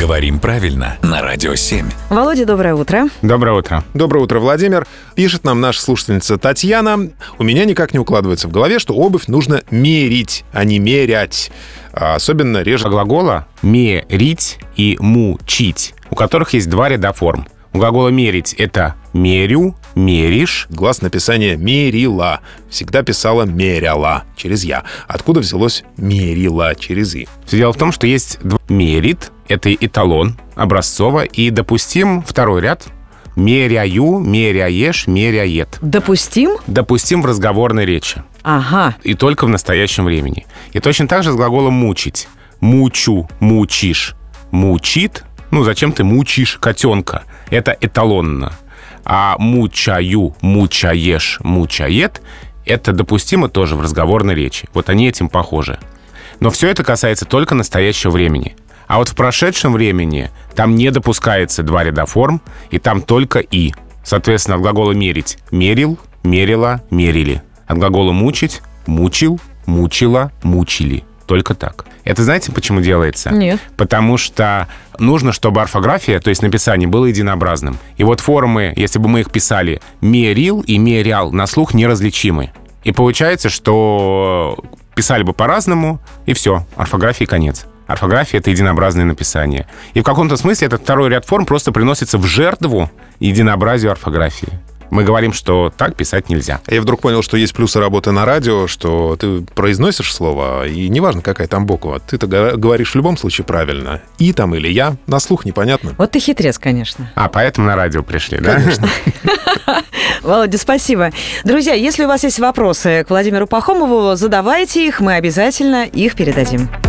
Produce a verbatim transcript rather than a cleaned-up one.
Говорим правильно на Радио семь. Володя, доброе утро. Доброе утро. Доброе утро, Владимир. Пишет нам наша слушательница Татьяна. У меня никак не укладывается в голове, что обувь нужно мерить, а не мерять. А особенно реже Глагола «мерить» и «мучить», у которых есть два ряда форм. У глагола «мерить» — это «мерю», «меришь». глаз написания «мерила». Всегда писала «меряла» через «я». Откуда взялось «мерила» через «и»? Все дело в том, что есть два. «Мерит» — это эталон, образцово, и допустим второй ряд. «Меряю», «меряешь», «меряет». Допустим? Допустим в разговорной речи. Ага. И только в настоящем времени. И точно так же с глаголом «мучить». «Мучу», «мучишь», «мучит». Ну, зачем ты мучишь котенка? Это эталонно. А «мучаю», «мучаешь», «мучает» — это допустимо тоже в разговорной речи. Вот они этим похожи. Но все это касается только настоящего времени. А вот в прошедшем времени там не допускается два ряда форм, и там только «и». Соответственно, от глагола «мерить» — мерил, мерила, мерили. От глагола «мучить» — мучил, мучила, мучили. Только так. Это знаете, почему делается? Нет. Потому что нужно, чтобы орфография, то есть написание, было единообразным. И вот формы, если бы мы их писали «мерил» и «мерял», на слух неразличимы. И получается, что писали бы по-разному, и все, орфографии конец. Орфография — это единообразное написание. И в каком-то смысле этот второй ряд форм просто приносится в жертву единообразию орфографии. Мы говорим, что так писать нельзя. Я вдруг понял, что есть плюсы работы на радио, что ты произносишь слово, и неважно, какая там буква, ты-то говоришь в любом случае правильно. «И» там или «я», на слух непонятно. Вот ты хитрец, конечно. А, поэтому на радио пришли, да? Конечно. Володя, спасибо. Друзья, если у вас есть вопросы к Владимиру Пахомову, задавайте их, мы обязательно их передадим.